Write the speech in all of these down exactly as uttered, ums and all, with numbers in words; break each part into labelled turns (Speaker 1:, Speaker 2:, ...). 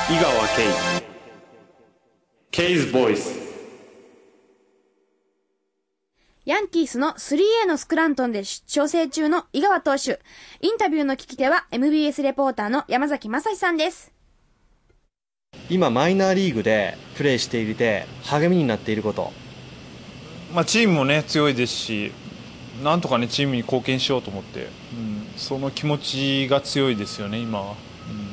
Speaker 1: 井川圭 K's Voice。
Speaker 2: ヤンキースの スリーエー のスクラントンで調整中の井川投手。インタビューの聞き手は エムビーエス レポーターの山崎正史さんです。
Speaker 3: 今マイナーリーグでプレーしていて励みになっていること。
Speaker 4: まあ、チームもね強いですし、なんとかねチームに貢献しようと思って、うん、その気持ちが強いですよね今は、うん、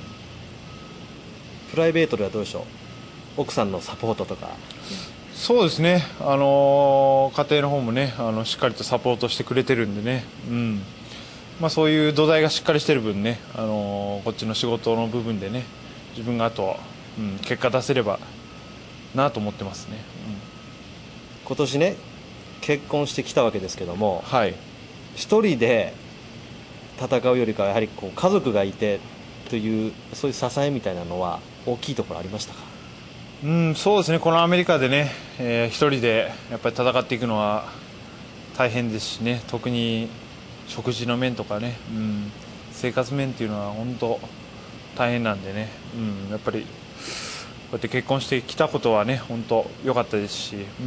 Speaker 3: プライベートではどうでしょう。奥さんのサポートとか。
Speaker 4: そうですね、あのー、家庭の方もねあのしっかりとサポートしてくれてるんでね、うんまあ、そういう土台がしっかりしてる分ね、あのー、こっちの仕事の部分でね自分があとは、うん、結果出せればなと思ってますね、
Speaker 3: うん、今年ね結婚してきたわけですけども、
Speaker 4: はい、
Speaker 3: 一人で戦うよりかはやはりこう家族がいてというそういう支えみたいなのは大きいところありましたか。
Speaker 4: うん、そうですね、このアメリカでね、えー、一人でやっぱり戦っていくのは大変ですしね、特に食事の面とかね、うん、生活面っていうのは本当大変なんでね、うん、やっぱりこうやって結婚してきたことはね本当良かったですし、うん、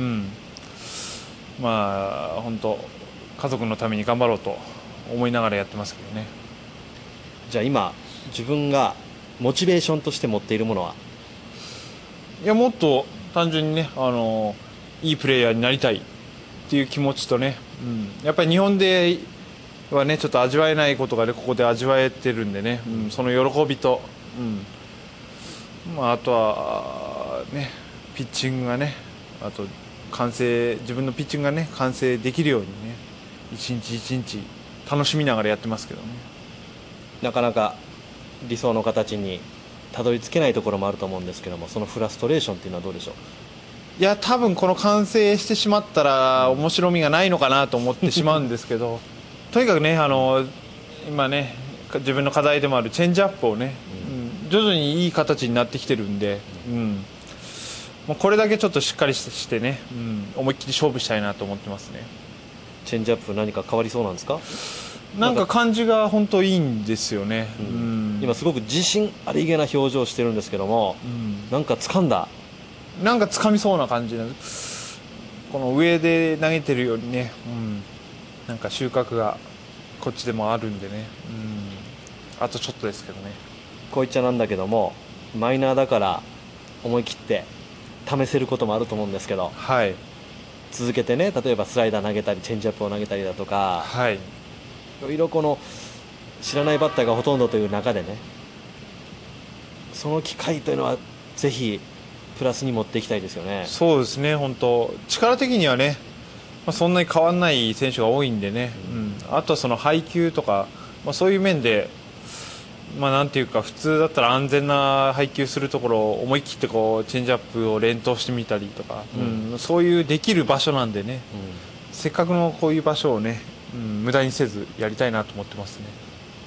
Speaker 4: まあ本当家族のために頑張ろうと思いながらやってますけどね。
Speaker 3: じゃあ今自分がモチベーションとして持っているものは。
Speaker 4: いやもっと単純にね、あのいいプレーヤーになりたいっていう気持ちとね、うん、やっぱり日本ではねちょっと味わえないことがねここで味わえてるんでね、うん、その喜びと、うんまあ、あとはねピッチングがねあと完成自分のピッチングがね完成できるようにね一日一日楽しみながらやってますけどね。
Speaker 3: なかなか理想の形にたどり着けないところもあると思うんですけども、そのフラストレーションっていうのはどうでしょう。
Speaker 4: いや多分この完成してしまったら面白みがないのかなと思ってしまうんですけどとにかくねあの今ね自分の課題でもあるチェンジアップをね、うん、徐々にいい形になってきてるんで、うん、もうこれだけちょっとしっかりしてね、うん、思いっきり勝負したいなと思ってますね。
Speaker 3: チェンジアップ何か変わりそうなんですか。
Speaker 4: なんか感じが本当いいんですよね、うん
Speaker 3: うん、今すごく自信ありげな表情をしてるんですけども、うん、なんか掴んだ
Speaker 4: なんか掴みそうな感じでこの上で投げてるよりね、うん、なんか収穫がこっちでもあるんでね、うん、あとちょっとですけどね。
Speaker 3: こう言っちゃなんだけどもマイナーだから思い切って試せることもあると思うんですけど、
Speaker 4: はい、
Speaker 3: 続けてね例えばスライダー投げたりチェンジアップを投げたりだとか、
Speaker 4: はい、い
Speaker 3: ろいろこの知らないバッターがほとんどという中でねその機会というのはぜひプラスに持っていきたいですよね。
Speaker 4: そうですね本当力的にはね、まあ、そんなに変わらない選手が多いんでね、うん、あとはその配球とか、まあ、そういう面で、まあ、なんていうか普通だったら安全な配球するところを思い切ってこうチェンジアップを連投してみたりとか、うんうん、そういうできる場所なんでね、うん、せっかくのこういう場所をね、うん、無駄にせずやりたいなと思ってますね。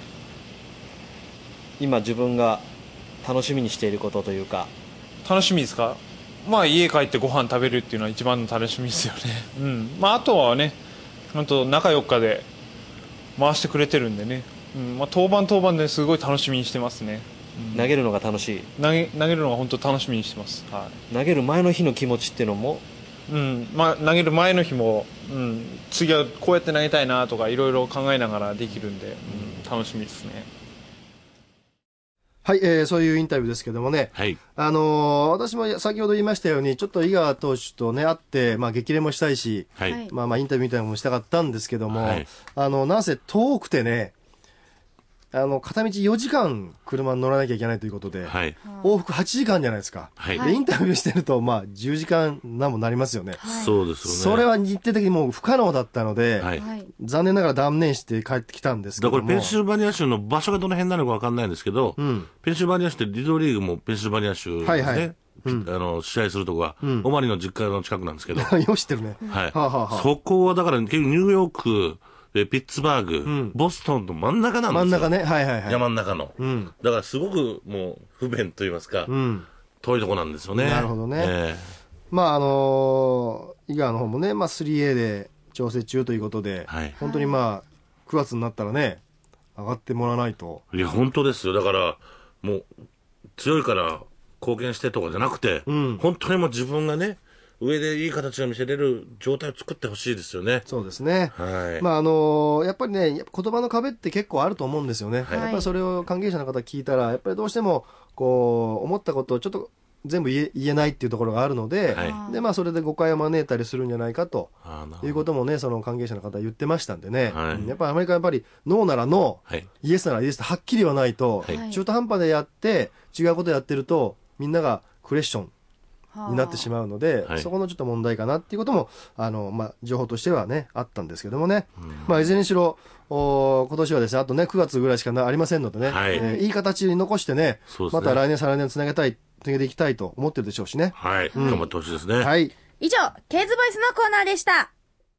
Speaker 3: 今自分が楽しみにしていることというか。
Speaker 4: 楽しみですか。まあ家帰ってご飯食べるっていうのは一番の楽しみですよね、うんまあ、あとはね本当中よっかで回してくれてるんでね、うんまあ、当番当番ですごい楽しみにしてますね、
Speaker 3: うん、投げるのが楽しい。
Speaker 4: 投げ、投げるのが本当楽しみにしてます、はい、
Speaker 3: 投げる前の日の気持ちっていうのも、
Speaker 4: うんまあ、投げる前の日も、うん、次はこうやって投げたいなとかいろいろ考えながらできるんで、うん、楽しみですね。
Speaker 5: はい、えー、そういうインタビューですけどもね、
Speaker 6: はい、
Speaker 5: あのー、私も先ほど言いましたようにちょっと井川投手とね会って、まあ、激励もしたいし、はい、まあ、まあインタビューみたいなのもしたかったんですけども、はい、あのなんせ遠くてねあの片道よじかん車に乗らなきゃいけないということで、はい、往復はちじかんじゃないですか、はい、でインタビューしてると、まあ、じゅうじかんなんもなりますよね、
Speaker 6: はい、そうですよね。
Speaker 5: それは日程的にもう不可能だったので、はい、残念ながら断念して帰ってきたんですけども。
Speaker 6: だからこれペンシルバニア州の場所がどの辺なのか分かんないんですけど、うん、ペンシルバニア州ってリトルリーグもペンシルバニア州ですね、はいはいうん、あの試合するとこは、うん、オマリの実家の近くなんですけど
Speaker 5: よう知ってるね、
Speaker 6: はいはあはあ、そこはだから結局ニューヨークピッツバーグ、うん、ボストンの真ん中なんですよ。
Speaker 5: 真ん中ね、はいはいはい、
Speaker 6: 山の中の、うん、だからすごくもう不便と言いますか、うん、遠いとこなんですよね。
Speaker 5: なるほどね、えー、まああのー、井川の方もね、まあ、スリーエー で調整中ということで、はい、本当にまあくがつになったらね上がってもらわないと。
Speaker 6: いや本当ですよ。だからもう強いから貢献してとかじゃなくて、
Speaker 5: うん、
Speaker 6: 本当にもう自分がね、上でいい形が見せれる状態を作ってほしいですよね。
Speaker 5: そうですね。
Speaker 6: はい。
Speaker 5: まああのー、やっぱりね、言葉の壁って結構あると思うんですよね。はい、やっぱりそれを関係者の方聞いたら、やっぱりどうしても、こう、思ったことをちょっと全部言え、言えないっていうところがあるので、はい、で、まあそれで誤解を招いたりするんじゃないかと、いうこともね、その関係者の方は言ってましたんでね。はい、やっぱりアメリカはやっぱり、ノーならノー、はい、イエスならイエスってはっきりはないと、はい、中途半端でやって、違うことやってると、みんながクレッション、になってしまうので、はい、そこのちょっと問題かなっていうことも、あの、まあ、情報としてはね、あったんですけどもね。まあ、いずれにしろ、お今年はですね、あとね、くがつぐらいしかなありませんのでね、はい、えー、いい形に残してね、ね、また来年、再来年つなげたい、つなげていきたいと思ってるでしょうしね。
Speaker 6: はい。うん、頑張ってほしいですね。
Speaker 5: はい。
Speaker 2: 以上、ケーズボイスのコーナーでした。